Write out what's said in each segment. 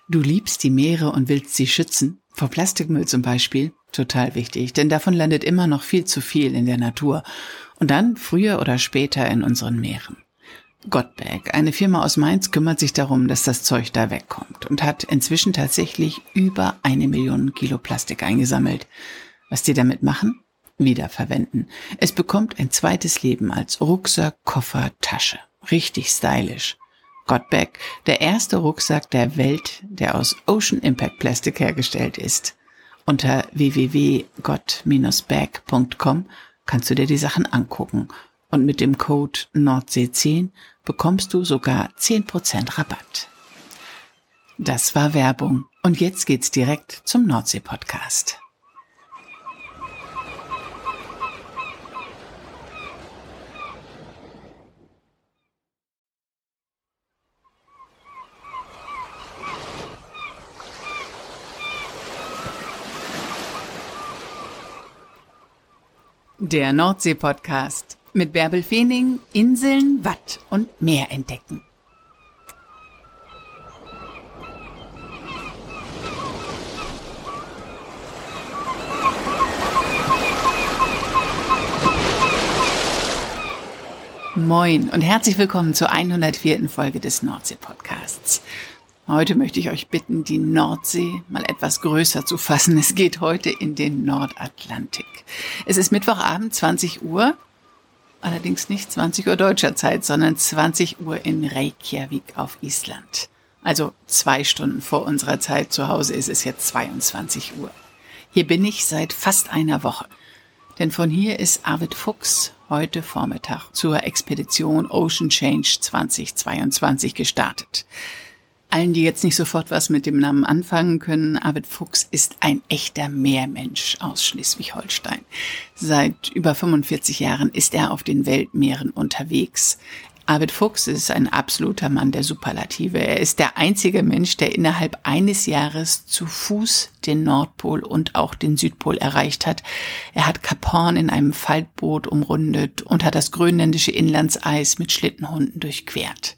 Du liebst die Meere und willst sie schützen, vor Plastikmüll zum Beispiel. Total wichtig, denn davon landet immer noch viel zu viel in der Natur und dann früher oder später in unseren Meeren. Godbag, eine Firma aus Mainz, kümmert sich darum, dass das Zeug da wegkommt und hat inzwischen tatsächlich über 1 Million Kilo Plastik eingesammelt. Was die damit machen? Wiederverwenden. Es bekommt ein zweites Leben als Rucksack, Koffer, Tasche. Richtig stylisch. Godbag, der erste Rucksack der Welt, der aus Ocean Impact Plastik hergestellt ist. Unter www.god-bag.com kannst du dir die Sachen angucken und mit dem Code Nordsee10 bekommst du sogar 10% Rabatt. Das war Werbung und jetzt geht's direkt zum Nordsee-Podcast. Der Nordsee-Podcast mit Bärbel Feening, Inseln, Watt und Meer entdecken. Moin und herzlich willkommen zur 104. Folge des Nordsee-Podcasts. Heute möchte ich euch bitten, die Nordsee mal etwas größer zu fassen. Es geht heute in den Nordatlantik. Es ist Mittwochabend, 20 Uhr, allerdings nicht 20 Uhr deutscher Zeit, sondern 20 Uhr in Reykjavik auf Island. Also 2 Stunden vor unserer Zeit. Zu Hause ist es jetzt 22 Uhr. Hier bin ich seit fast einer Woche. Denn von hier ist Arvid Fuchs heute Vormittag zur Expedition Ocean Change 2022 gestartet. Allen, die jetzt nicht sofort was mit dem Namen anfangen können, Arvid Fuchs ist ein echter Meermensch aus Schleswig-Holstein. Seit über 45 Jahren ist er auf den Weltmeeren unterwegs. Arvid Fuchs ist ein absoluter Mann der Superlative. Er ist der einzige Mensch, der innerhalb eines Jahres zu Fuß den Nordpol und auch den Südpol erreicht hat. Er hat Kap Hoorn in einem Faltboot umrundet und hat das grönländische Inlandseis mit Schlittenhunden durchquert.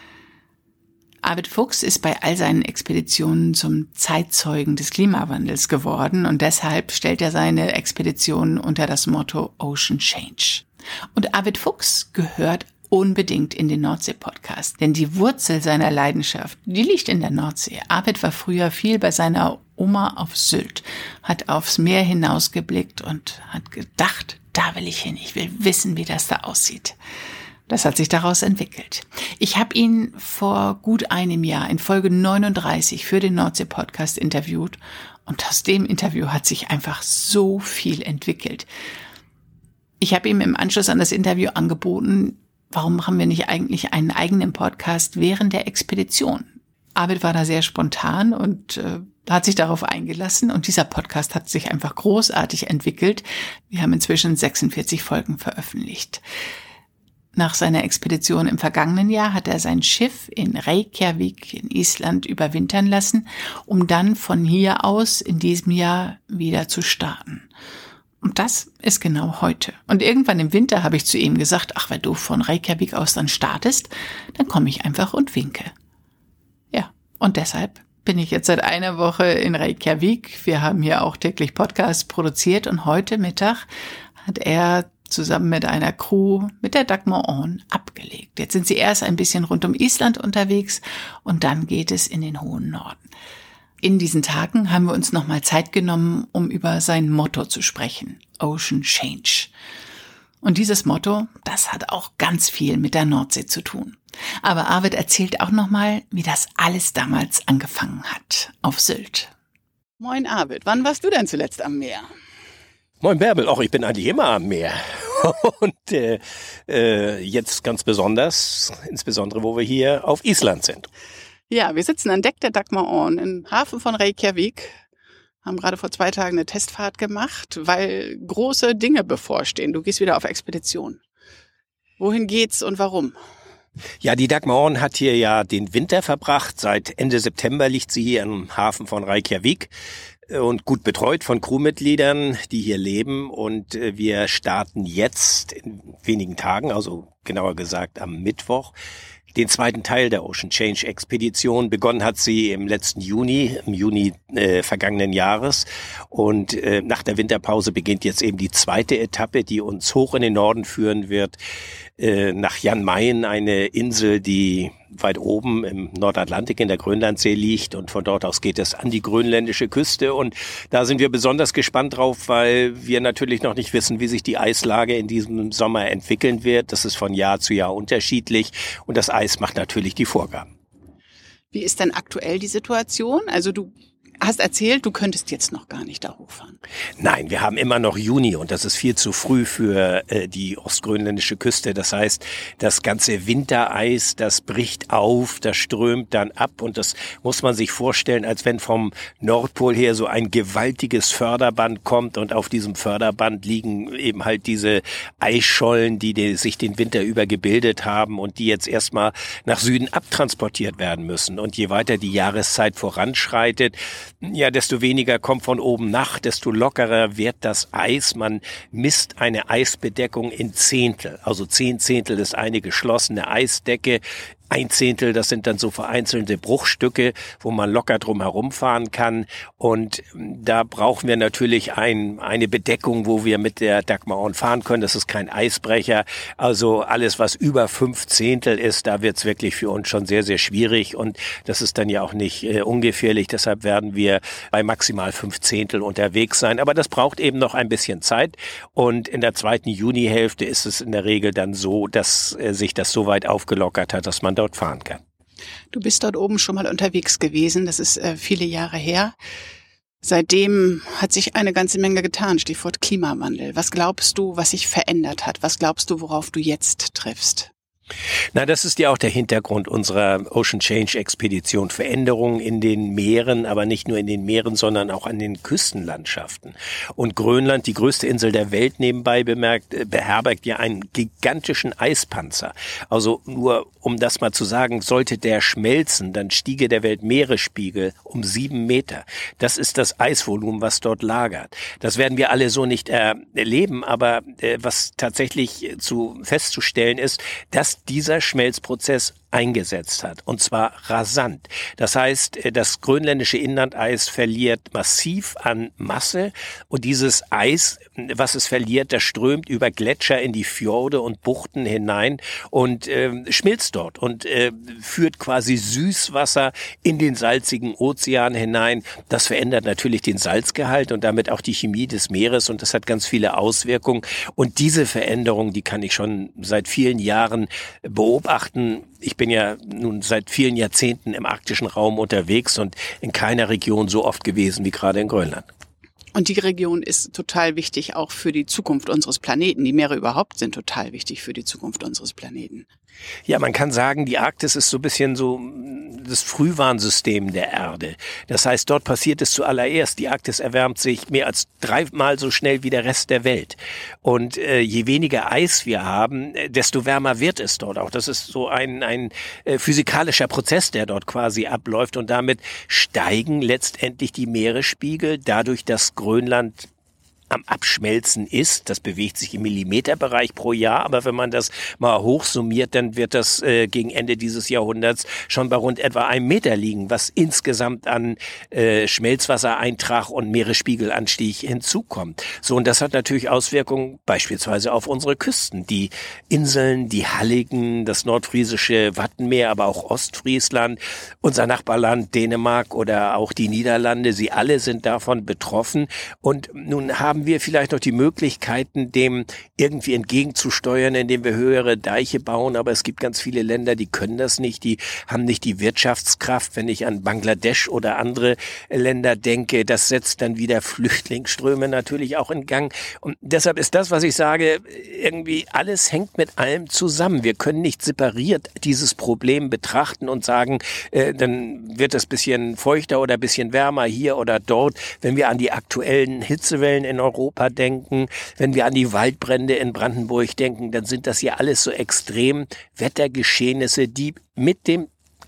Arvid Fuchs ist bei all seinen Expeditionen zum Zeitzeugen des Klimawandels geworden und deshalb stellt er seine Expeditionen unter das Motto Ocean Change. Und Arvid Fuchs gehört unbedingt in den Nordsee-Podcast, denn die Wurzel seiner Leidenschaft, die liegt in der Nordsee. Arvid war früher viel bei seiner Oma auf Sylt, hat aufs Meer hinausgeblickt und hat gedacht, da will ich hin, ich will wissen, wie das da aussieht. Das hat sich daraus entwickelt. Ich habe ihn vor gut einem Jahr in Folge 39 für den Nordsee-Podcast interviewt und aus dem Interview hat sich einfach so viel entwickelt. Ich habe ihm im Anschluss an das Interview angeboten, warum machen wir nicht eigentlich einen eigenen Podcast während der Expedition? Arvid war da sehr spontan und hat sich darauf eingelassen und dieser Podcast hat sich einfach großartig entwickelt. Wir haben inzwischen 46 Folgen veröffentlicht. Nach seiner Expedition im vergangenen Jahr hat er sein Schiff in Reykjavik in Island überwintern lassen, um dann von hier aus in diesem Jahr wieder zu starten. Und das ist genau heute. Und irgendwann im Winter habe ich zu ihm gesagt, ach, wenn du von Reykjavik aus dann startest, dann komme ich einfach und winke. Ja, und deshalb bin ich jetzt seit einer Woche in Reykjavik. Wir haben hier auch täglich Podcasts produziert und heute Mittag hat er zusammen mit einer Crew mit der Dagmar Orn abgelegt. Jetzt sind sie erst ein bisschen rund um Island unterwegs und dann geht es in den hohen Norden. In diesen Tagen haben wir uns nochmal Zeit genommen, um über sein Motto zu sprechen, Ocean Change. Und dieses Motto, das hat auch ganz viel mit der Nordsee zu tun. Aber Arvid erzählt auch nochmal, wie das alles damals angefangen hat, auf Sylt. Moin Arvid, wann warst du denn zuletzt am Meer? Moin Bärbel, auch ich bin eigentlich immer am Meer und jetzt ganz besonders, insbesondere wo wir hier auf Island sind. Ja, wir sitzen an Deck der Dagmar Orn im Hafen von Reykjavik, haben gerade vor 2 Tagen eine Testfahrt gemacht, weil große Dinge bevorstehen. Du gehst wieder auf Expedition. Wohin geht's und warum? Ja, die Dagmar Orn hat hier ja den Winter verbracht. Seit Ende September liegt sie hier im Hafen von Reykjavik und gut betreut von Crewmitgliedern, die hier leben. Und wir starten jetzt in wenigen Tagen, also genauer gesagt am Mittwoch, den zweiten Teil der Ocean Change Expedition. Begonnen hat sie im Juni vergangenen Jahres. Und nach der Winterpause beginnt jetzt eben die zweite Etappe, die uns hoch in den Norden führen wird, nach Jan Mayen, eine Insel, die weit oben im Nordatlantik in der Grönlandsee liegt, und von dort aus geht es an die grönländische Küste, und da sind wir besonders gespannt drauf, weil wir natürlich noch nicht wissen, wie sich die Eislage in diesem Sommer entwickeln wird. Das ist von Jahr zu Jahr unterschiedlich, und das Eis macht natürlich die Vorgaben. Wie ist denn aktuell die Situation? Also du hast erzählt, du könntest jetzt noch gar nicht da hochfahren. Nein, wir haben immer noch Juni, und das ist viel zu früh für die ostgrönländische Küste. Das heißt, das ganze Wintereis, das bricht auf, das strömt dann ab, und das muss man sich vorstellen, als wenn vom Nordpol her so ein gewaltiges Förderband kommt, und auf diesem Förderband liegen eben halt diese Eisschollen, die sich den Winter über gebildet haben und die jetzt erstmal nach Süden abtransportiert werden müssen. Und je weiter die Jahreszeit voranschreitet, ja, desto weniger kommt von oben nach, desto lockerer wird das Eis. Man misst eine Eisbedeckung in Zehntel. Also 10 Zehntel ist eine geschlossene Eisdecke. 1 Zehntel, das sind dann so vereinzelte Bruchstücke, wo man locker drum herumfahren kann. Und da brauchen wir natürlich eine Bedeckung, wo wir mit der Dagmar On fahren können. Das ist kein Eisbrecher. Also alles, was über 5 Zehntel ist, da wird's wirklich für uns schon sehr, sehr schwierig. Und das ist dann ja auch nicht ungefährlich. Deshalb werden wir bei maximal 5 Zehntel unterwegs sein. Aber das braucht eben noch ein bisschen Zeit. Und in der zweiten Junihälfte ist es in der Regel dann so, dass sich das so weit aufgelockert hat, dass man dort fahren kann. Du bist dort oben schon mal unterwegs gewesen, das ist viele Jahre her. Seitdem hat sich eine ganze Menge getan, Stichwort Klimawandel. Was glaubst du, was sich verändert hat? Was glaubst du, worauf du jetzt triffst? Na, das ist ja auch der Hintergrund unserer Ocean Change Expedition. Veränderungen in den Meeren, aber nicht nur in den Meeren, sondern auch an den Küstenlandschaften. Und Grönland, die größte Insel der Welt nebenbei bemerkt, beherbergt ja einen gigantischen Eispanzer. Also nur, um das mal zu sagen, sollte der schmelzen, dann stiege der Weltmeeresspiegel um 7 Meter. Das ist das Eisvolumen, was dort lagert. Das werden wir alle so nicht erleben, aber was tatsächlich festzustellen ist, dass dieser Schmelzprozess eingesetzt hat, und zwar rasant. Das heißt, das grönländische Inlandeis verliert massiv an Masse, und dieses Eis, was es verliert, das strömt über Gletscher in die Fjorde und Buchten hinein und schmilzt dort und führt quasi Süßwasser in den salzigen Ozean hinein. Das verändert natürlich den Salzgehalt und damit auch die Chemie des Meeres, und das hat ganz viele Auswirkungen. Und diese Veränderung, die kann ich schon seit vielen Jahren beobachten. Ich bin ja nun seit vielen Jahrzehnten im arktischen Raum unterwegs und in keiner Region so oft gewesen wie gerade in Grönland. Und die Region ist total wichtig auch für die Zukunft unseres Planeten. Die Meere überhaupt sind total wichtig für die Zukunft unseres Planeten. Ja, man kann sagen, die Arktis ist so ein bisschen so das Frühwarnsystem der Erde. Das heißt, dort passiert es zuallererst. Die Arktis erwärmt sich mehr als 3-mal so schnell wie der Rest der Welt. Und je weniger Eis wir haben, desto wärmer wird es dort auch. Das ist so ein physikalischer Prozess, der dort quasi abläuft. Und damit steigen letztendlich die Meeresspiegel, dadurch, dass Grönland am Abschmelzen ist. Das bewegt sich im Millimeterbereich pro Jahr, aber wenn man das mal hochsummiert, dann wird das gegen Ende dieses Jahrhunderts schon bei rund etwa 1 Meter liegen, was insgesamt an Schmelzwassereintrag und Meeresspiegelanstieg hinzukommt. So, und das hat natürlich Auswirkungen beispielsweise auf unsere Küsten. Die Inseln, die Halligen, das nordfriesische Wattenmeer, aber auch Ostfriesland, unser Nachbarland Dänemark oder auch die Niederlande, sie alle sind davon betroffen. Und nun haben wir vielleicht noch die Möglichkeiten, dem irgendwie entgegenzusteuern, indem wir höhere Deiche bauen. Aber es gibt ganz viele Länder, die können das nicht. Die haben nicht die Wirtschaftskraft. Wenn ich an Bangladesch oder andere Länder denke, das setzt dann wieder Flüchtlingsströme natürlich auch in Gang. Und deshalb ist das, was ich sage, irgendwie alles hängt mit allem zusammen. Wir können nicht separiert dieses Problem betrachten und sagen, dann wird es bisschen feuchter oder bisschen wärmer hier oder dort. Wenn wir an die aktuellen Hitzewellen in Europa denken, wenn wir an die Waldbrände in Brandenburg denken, dann sind das ja alles so extrem Wettergeschehnisse, die mit dem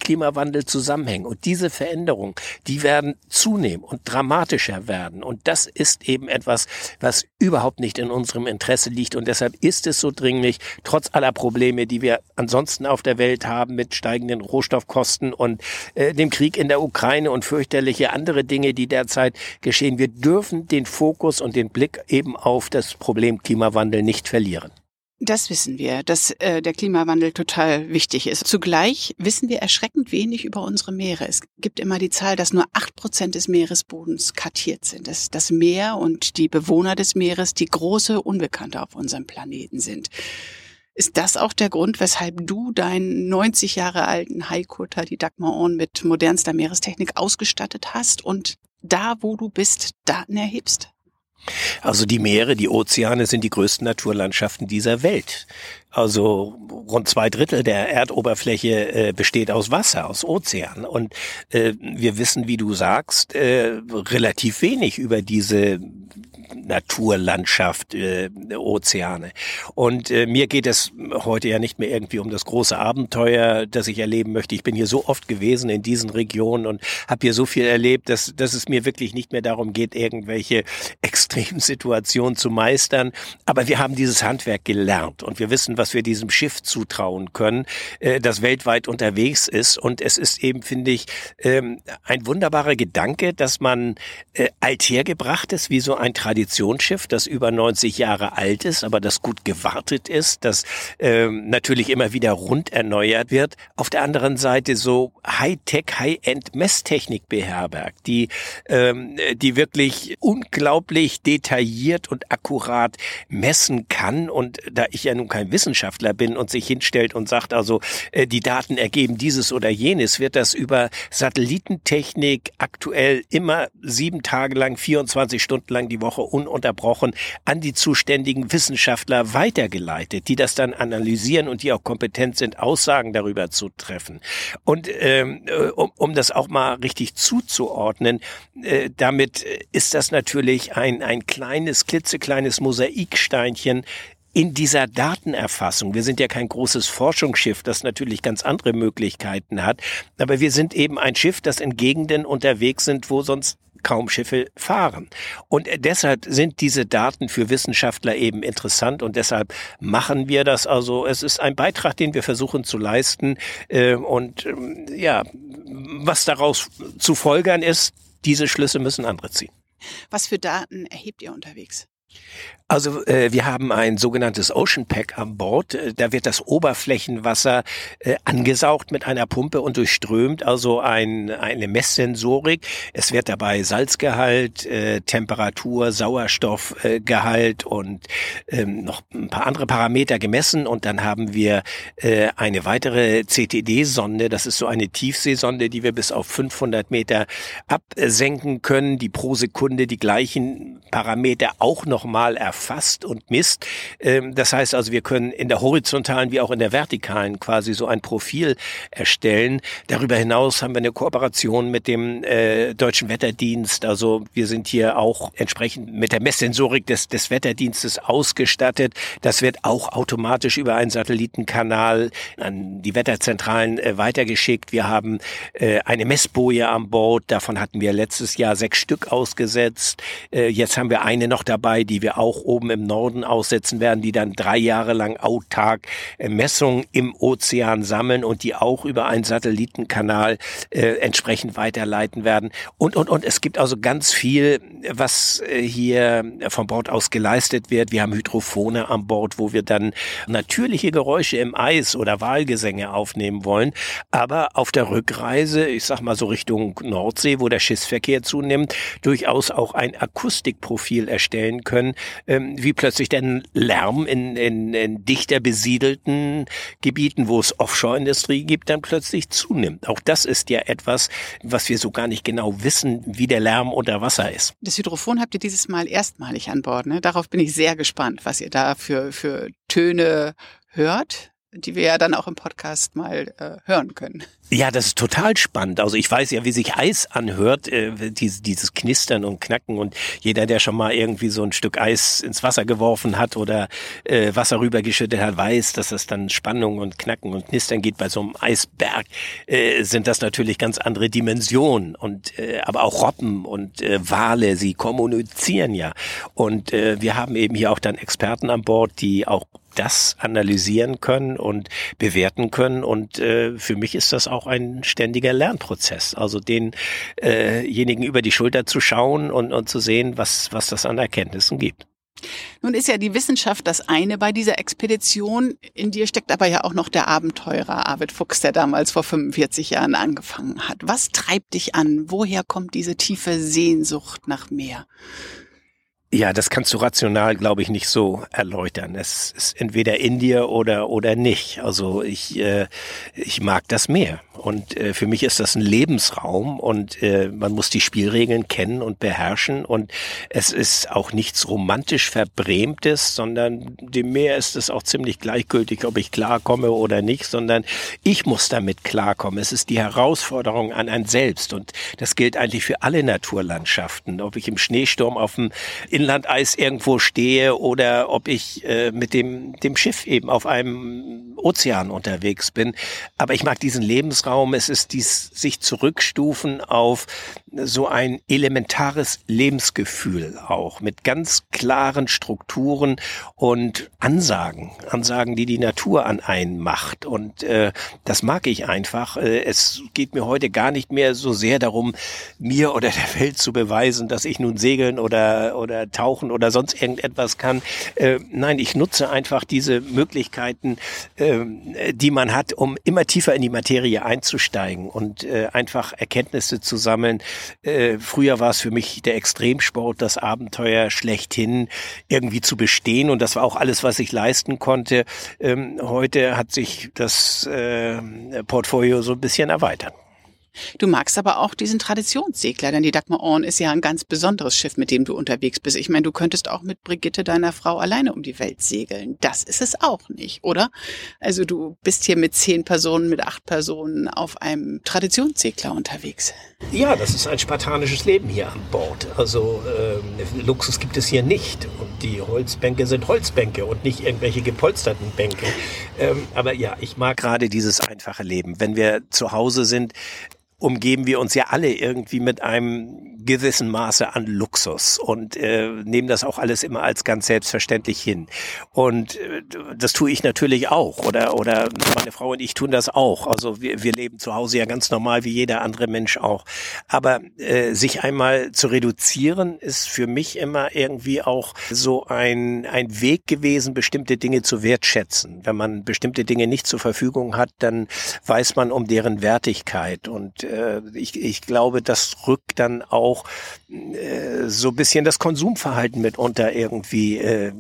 Klimawandel zusammenhängen. Und diese Veränderungen, die werden zunehmen und dramatischer werden. Und das ist eben etwas, was überhaupt nicht in unserem Interesse liegt. Und deshalb ist es so dringlich, trotz aller Probleme, die wir ansonsten auf der Welt haben mit steigenden Rohstoffkosten und dem Krieg in der Ukraine und fürchterliche andere Dinge, die derzeit geschehen. Wir dürfen den Fokus und den Blick eben auf das Problem Klimawandel nicht verlieren. Das wissen wir, dass der Klimawandel total wichtig ist. Zugleich wissen wir erschreckend wenig über unsere Meere. Es gibt immer die Zahl, dass nur 8% des Meeresbodens kartiert sind. Dass das Meer und die Bewohner des Meeres die große Unbekannte auf unserem Planeten sind. Ist das auch der Grund, weshalb du deinen 90 Jahre alten Haikutter, die Dagmar Orn, mit modernster Meerestechnik ausgestattet hast und da, wo du bist, Daten erhebst? Also die Meere, die Ozeane sind die größten Naturlandschaften dieser Welt. Also rund 2/3 der Erdoberfläche besteht aus Wasser, aus Ozeanen. Und wir wissen, wie du sagst, relativ wenig über diese Naturlandschaft, Ozeane. Und mir geht es heute ja nicht mehr irgendwie um das große Abenteuer, das ich erleben möchte. Ich bin hier so oft gewesen in diesen Regionen und habe hier so viel erlebt, dass es mir wirklich nicht mehr darum geht, irgendwelche Extremsituationen zu meistern. Aber wir haben dieses Handwerk gelernt und wir wissen, was wir diesem Schiff zutrauen können, das weltweit unterwegs ist. Und es ist eben, finde ich, ein wunderbarer Gedanke, dass man althergebrachtes, wie so ein Traditionsschiff, das über 90 Jahre alt ist, aber das gut gewartet ist, das natürlich immer wieder rund erneuert wird, auf der anderen Seite so Hightech, High-End-Messtechnik beherbergt, die wirklich unglaublich detailliert und akkurat messen kann. Und da ich ja nun kein Wissenschaftler bin und sich hinstellt und sagt, also die Daten ergeben dieses oder jenes, wird das über Satellitentechnik aktuell immer 7 Tage lang, 24 Stunden lang die Woche ununterbrochen an die zuständigen Wissenschaftler weitergeleitet, die das dann analysieren und die auch kompetent sind, Aussagen darüber zu treffen. Und um das auch mal richtig zuzuordnen, damit ist das natürlich ein kleines, klitzekleines Mosaiksteinchen in dieser Datenerfassung. Wir sind ja kein großes Forschungsschiff, das natürlich ganz andere Möglichkeiten hat, aber wir sind eben ein Schiff, das in Gegenden unterwegs sind, wo sonst kaum Schiffe fahren. Und deshalb sind diese Daten für Wissenschaftler eben interessant und deshalb machen wir das. Also es ist ein Beitrag, den wir versuchen zu leisten was daraus zu folgern ist, diese Schlüsse müssen andere ziehen. Was für Daten erhebt ihr unterwegs? Also wir haben ein sogenanntes Ocean Pack an Bord. Da wird das Oberflächenwasser angesaugt mit einer Pumpe und durchströmt, also eine Messsensorik. Es wird dabei Salzgehalt, Temperatur, Sauerstoffgehalt und noch ein paar andere Parameter gemessen. Und dann haben wir eine weitere CTD-Sonde. Das ist so eine Tiefseesonde, die wir bis auf 500 Meter absenken können, die pro Sekunde die gleichen Parameter auch nochmal erfasst und misst. Das heißt also, wir können in der horizontalen wie auch in der vertikalen quasi so ein Profil erstellen. Darüber hinaus haben wir eine Kooperation mit dem Deutschen Wetterdienst. Also wir sind hier auch entsprechend mit der Messsensorik des Wetterdienstes ausgestattet. Das wird auch automatisch über einen Satellitenkanal an die Wetterzentralen weitergeschickt. Wir haben eine Messboje an Bord. Davon hatten wir letztes Jahr 6 Stück ausgesetzt. Jetzt haben wir eine noch dabei, die wir auch oben im Norden aussetzen werden, die dann 3 Jahre lang autark Messungen im Ozean sammeln und die auch über einen Satellitenkanal entsprechend weiterleiten werden. Und es gibt also ganz viel, was hier von Bord aus geleistet wird. Wir haben Hydrophone an Bord, wo wir dann natürliche Geräusche im Eis oder Walgesänge aufnehmen wollen. Aber auf der Rückreise, ich sag mal so Richtung Nordsee, wo der Schiffsverkehr zunimmt, durchaus auch ein Akustikprofil erstellen können, wie plötzlich der Lärm in dichter besiedelten Gebieten, wo es Offshore-Industrie gibt, dann plötzlich zunimmt. Auch das ist ja etwas, was wir so gar nicht genau wissen, wie der Lärm unter Wasser ist. Das Hydrophon habt ihr dieses Mal erstmalig an Bord, ne? Darauf bin ich sehr gespannt, was ihr da für Töne hört. die wir ja dann auch im Podcast mal hören können. Ja, das ist total spannend. Also ich weiß ja, wie sich Eis anhört, dieses Knistern und Knacken, und jeder, der schon mal irgendwie so ein Stück Eis ins Wasser geworfen hat oder Wasser rübergeschüttet hat, weiß, dass das dann Spannung und Knacken und Knistern geht. Bei so einem Eisberg sind das natürlich ganz andere Dimensionen, und aber auch Robben und Wale, sie kommunizieren ja. Und wir haben eben hier auch dann Experten an Bord, die auch das analysieren können und bewerten können, und für mich ist das auch ein ständiger Lernprozess, also denjenigen über die Schulter zu schauen und zu sehen, was das an Erkenntnissen gibt. Nun ist ja die Wissenschaft das eine bei dieser Expedition. In dir steckt aber ja auch noch der Abenteurer Arvid Fuchs, der damals vor 45 Jahren angefangen hat. Was treibt dich an? Woher kommt diese tiefe Sehnsucht nach mehr? Ja, das kannst du rational, glaube ich, nicht so erläutern. Es ist entweder in dir oder nicht. Also ich mag das Meer, und für mich ist das ein Lebensraum, und man muss die Spielregeln kennen und beherrschen, und es ist auch nichts romantisch Verbrämtes, sondern dem Meer ist es auch ziemlich gleichgültig, ob ich klarkomme oder nicht, sondern ich muss damit klarkommen. Es ist die Herausforderung an ein Selbst, und das gilt eigentlich für alle Naturlandschaften, ob ich im Schneesturm auf dem Inlandeis irgendwo stehe oder ob ich mit dem Schiff eben auf einem Ozean unterwegs bin. Aber ich mag diesen Lebensraum. Es ist dies sich zurückstufen auf so ein elementares Lebensgefühl auch, mit ganz klaren Strukturen und Ansagen, die die Natur an einen macht. Und das mag ich einfach. Es geht mir heute gar nicht mehr so sehr darum, mir oder der Welt zu beweisen, dass ich nun segeln oder tauchen oder sonst irgendetwas kann. Nein, ich nutze einfach diese Möglichkeiten, die man hat, um immer tiefer in die Materie einzusteigen und einfach Erkenntnisse zu sammeln. Früher war es für mich der Extremsport, das Abenteuer schlechthin irgendwie zu bestehen, und das war auch alles, was ich leisten konnte. Heute hat sich das Portfolio so ein bisschen erweitert. Du magst aber auch diesen Traditionssegler, denn die Dagmar Orn ist ja ein ganz besonderes Schiff, mit dem du unterwegs bist. Ich meine, du könntest auch mit Brigitte, deiner Frau, alleine um die Welt segeln. Das ist es auch nicht, oder? Also du bist hier mit 10 Personen, mit 8 Personen auf einem Traditionssegler unterwegs. Ja, das ist ein spartanisches Leben hier an Bord. Also Luxus gibt es hier nicht. Und die Holzbänke sind Holzbänke und nicht irgendwelche gepolsterten Bänke. Aber ja, ich mag gerade dieses einfache Leben. Wenn wir zu Hause sind, umgeben wir uns ja alle irgendwie mit einem gewissen Maße an Luxus und nehmen das auch alles immer als ganz selbstverständlich hin. Und das tue ich natürlich auch, oder meine Frau und ich tun das auch. Also wir leben zu Hause ja ganz normal wie jeder andere Mensch auch. Aber sich einmal zu reduzieren, ist für mich immer irgendwie auch so ein Weg gewesen, bestimmte Dinge zu wertschätzen. Wenn man bestimmte Dinge nicht zur Verfügung hat, dann weiß man um deren Wertigkeit, und ich glaube, das rückt dann auch so ein bisschen das Konsumverhalten mitunter irgendwie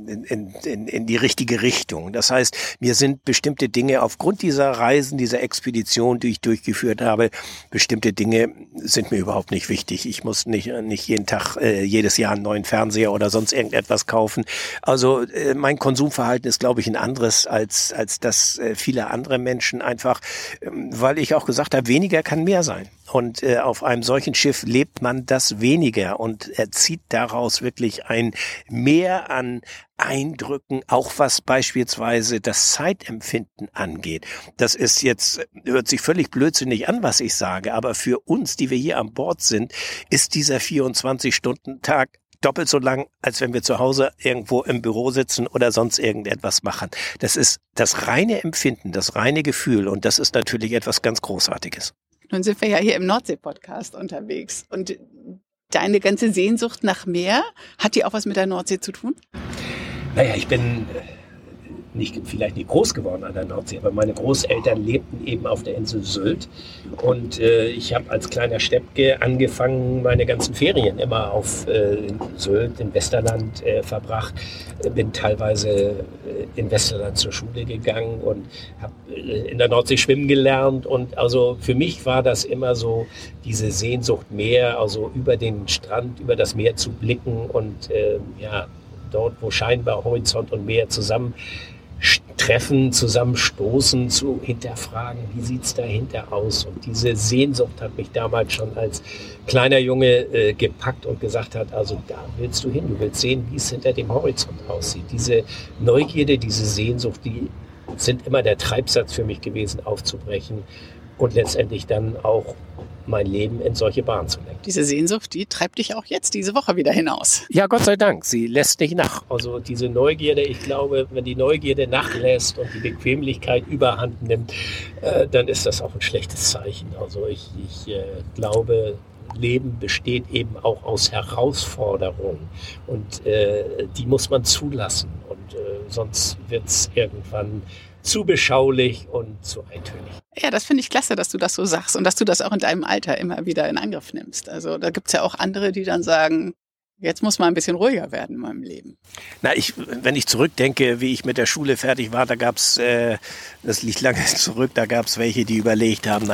in die richtige Richtung. Das heißt, mir sind bestimmte Dinge aufgrund dieser Reisen, dieser Expedition, die ich durchgeführt habe, bestimmte Dinge sind mir überhaupt nicht wichtig. Ich muss nicht jeden Tag, jedes Jahr einen neuen Fernseher oder sonst irgendetwas kaufen. Also mein Konsumverhalten ist, glaube ich, ein anderes als das viele andere Menschen, einfach, weil ich auch gesagt habe, weniger kann mehr sein. Und auf einem solchen Schiff lebt man das weniger und zieht daraus wirklich ein Mehr an Eindrücken, auch was beispielsweise das Zeitempfinden angeht. Das ist jetzt, hört sich völlig blödsinnig an, was ich sage, aber für uns, die wir hier an Bord sind, ist dieser 24-Stunden-Tag doppelt so lang, als wenn wir zu Hause irgendwo im Büro sitzen oder sonst irgendetwas machen. Das ist das reine Empfinden, das reine Gefühl, und das ist natürlich etwas ganz Großartiges. Nun sind wir ja hier im Nordsee-Podcast unterwegs, und deine ganze Sehnsucht nach Meer, hat die auch was mit der Nordsee zu tun? Naja, ich bin vielleicht nicht groß geworden an der Nordsee, aber meine Großeltern lebten eben auf der Insel Sylt, und ich habe als kleiner Steppke angefangen, meine ganzen Ferien immer auf Sylt, in Westerland verbracht, bin teilweise in Westerland zur Schule gegangen und habe in der Nordsee schwimmen gelernt, und also für mich war das immer so diese Sehnsucht Meer, also über den Strand, über das Meer zu blicken und dort, wo scheinbar Horizont und Meer zusammen treffen, zusammenstoßen, zu hinterfragen, wie sieht's dahinter aus? Und diese Sehnsucht hat mich damals schon als kleiner Junge gepackt und gesagt hat, also da willst du hin, du willst sehen, wie es hinter dem Horizont aussieht. Diese Neugierde, diese Sehnsucht, die sind immer der Treibsatz für mich gewesen, aufzubrechen und letztendlich dann auch mein Leben in solche Bahnen zu lenken. Diese Sehnsucht, die treibt dich auch jetzt diese Woche wieder hinaus. Ja, Gott sei Dank, sie lässt nicht nach. Also diese Neugierde, ich glaube, wenn die Neugierde nachlässt und die Bequemlichkeit überhand nimmt, dann ist das auch ein schlechtes Zeichen. Also ich glaube, Leben besteht eben auch aus Herausforderungen und die muss man zulassen und sonst wird es irgendwann zu beschaulich und zu eintönig. Ja, das finde ich klasse, dass du das so sagst und dass du das auch in deinem Alter immer wieder in Angriff nimmst. Also da gibt's ja auch andere, die dann sagen, jetzt muss mal ein bisschen ruhiger werden in meinem Leben. Na, wenn ich zurückdenke, wie ich mit der Schule fertig war, da gab's, das liegt lange zurück, da gab's welche, die überlegt haben,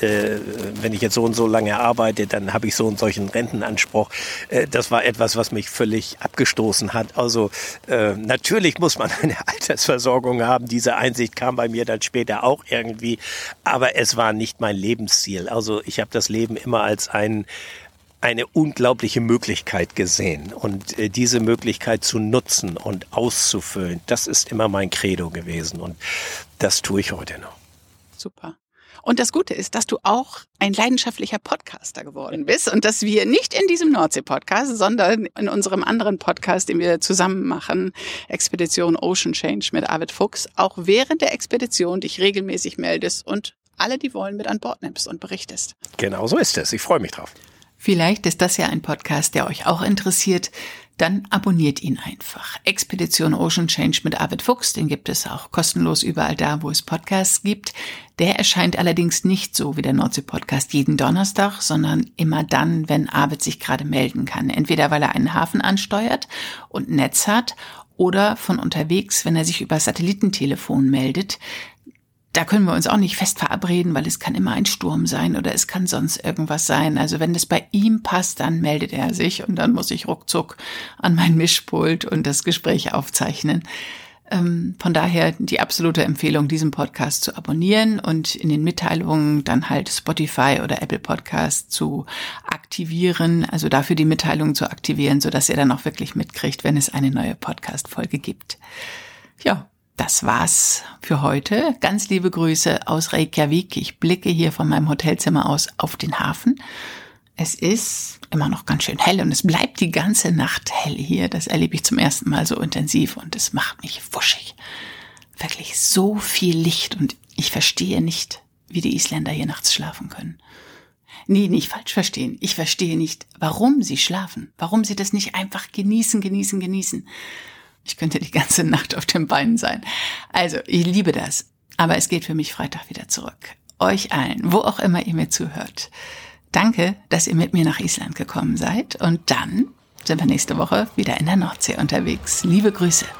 wenn ich jetzt so und so lange arbeite, dann habe ich so einen solchen Rentenanspruch. Das war etwas, was mich völlig abgestoßen hat. Also natürlich muss man eine Altersversorgung haben. Diese Einsicht kam bei mir dann später auch irgendwie, aber es war nicht mein Lebensziel. Also ich habe das Leben immer als eine unglaubliche Möglichkeit gesehen und diese Möglichkeit zu nutzen und auszufüllen, das ist immer mein Credo gewesen und das tue ich heute noch. Super. Und das Gute ist, dass du auch ein leidenschaftlicher Podcaster geworden bist und dass wir nicht in diesem Nordsee-Podcast, sondern in unserem anderen Podcast, den wir zusammen machen, Expedition Ocean Change mit Arvid Fuchs, auch während der Expedition dich regelmäßig meldest und alle, die wollen, mit an Bord nimmst und berichtest. Genau so ist es. Ich freue mich drauf. Vielleicht ist das ja ein Podcast, der euch auch interessiert. Dann abonniert ihn einfach. Expedition Ocean Change mit Arvid Fuchs, den gibt es auch kostenlos überall da, wo es Podcasts gibt. Der erscheint allerdings nicht so wie der Nordsee-Podcast jeden Donnerstag, sondern immer dann, wenn Arvid sich gerade melden kann. Entweder weil er einen Hafen ansteuert und Netz hat oder von unterwegs, wenn er sich über Satellitentelefon meldet. Da können wir uns auch nicht fest verabreden, weil es kann immer ein Sturm sein oder es kann sonst irgendwas sein. Also wenn das bei ihm passt, dann meldet er sich und dann muss ich ruckzuck an mein Mischpult und das Gespräch aufzeichnen. Von daher die absolute Empfehlung, diesen Podcast zu abonnieren und in den Mitteilungen dann halt Spotify oder Apple Podcast zu aktivieren, also dafür die Mitteilungen zu aktivieren, sodass ihr dann auch wirklich mitkriegt, wenn es eine neue Podcast-Folge gibt. Ja. Das war's für heute. Ganz liebe Grüße aus Reykjavik. Ich blicke hier von meinem Hotelzimmer aus auf den Hafen. Es ist immer noch ganz schön hell und es bleibt die ganze Nacht hell hier. Das erlebe ich zum ersten Mal so intensiv und es macht mich wuschig. Wirklich so viel Licht und ich verstehe nicht, wie die Isländer hier nachts schlafen können. Nee, nicht falsch verstehen. Ich verstehe nicht, warum sie schlafen. Warum sie das nicht einfach genießen. Ich könnte die ganze Nacht auf den Beinen sein. Also, ich liebe das. Aber es geht für mich Freitag wieder zurück. Euch allen, wo auch immer ihr mir zuhört. Danke, dass ihr mit mir nach Island gekommen seid. Und dann sind wir nächste Woche wieder in der Nordsee unterwegs. Liebe Grüße.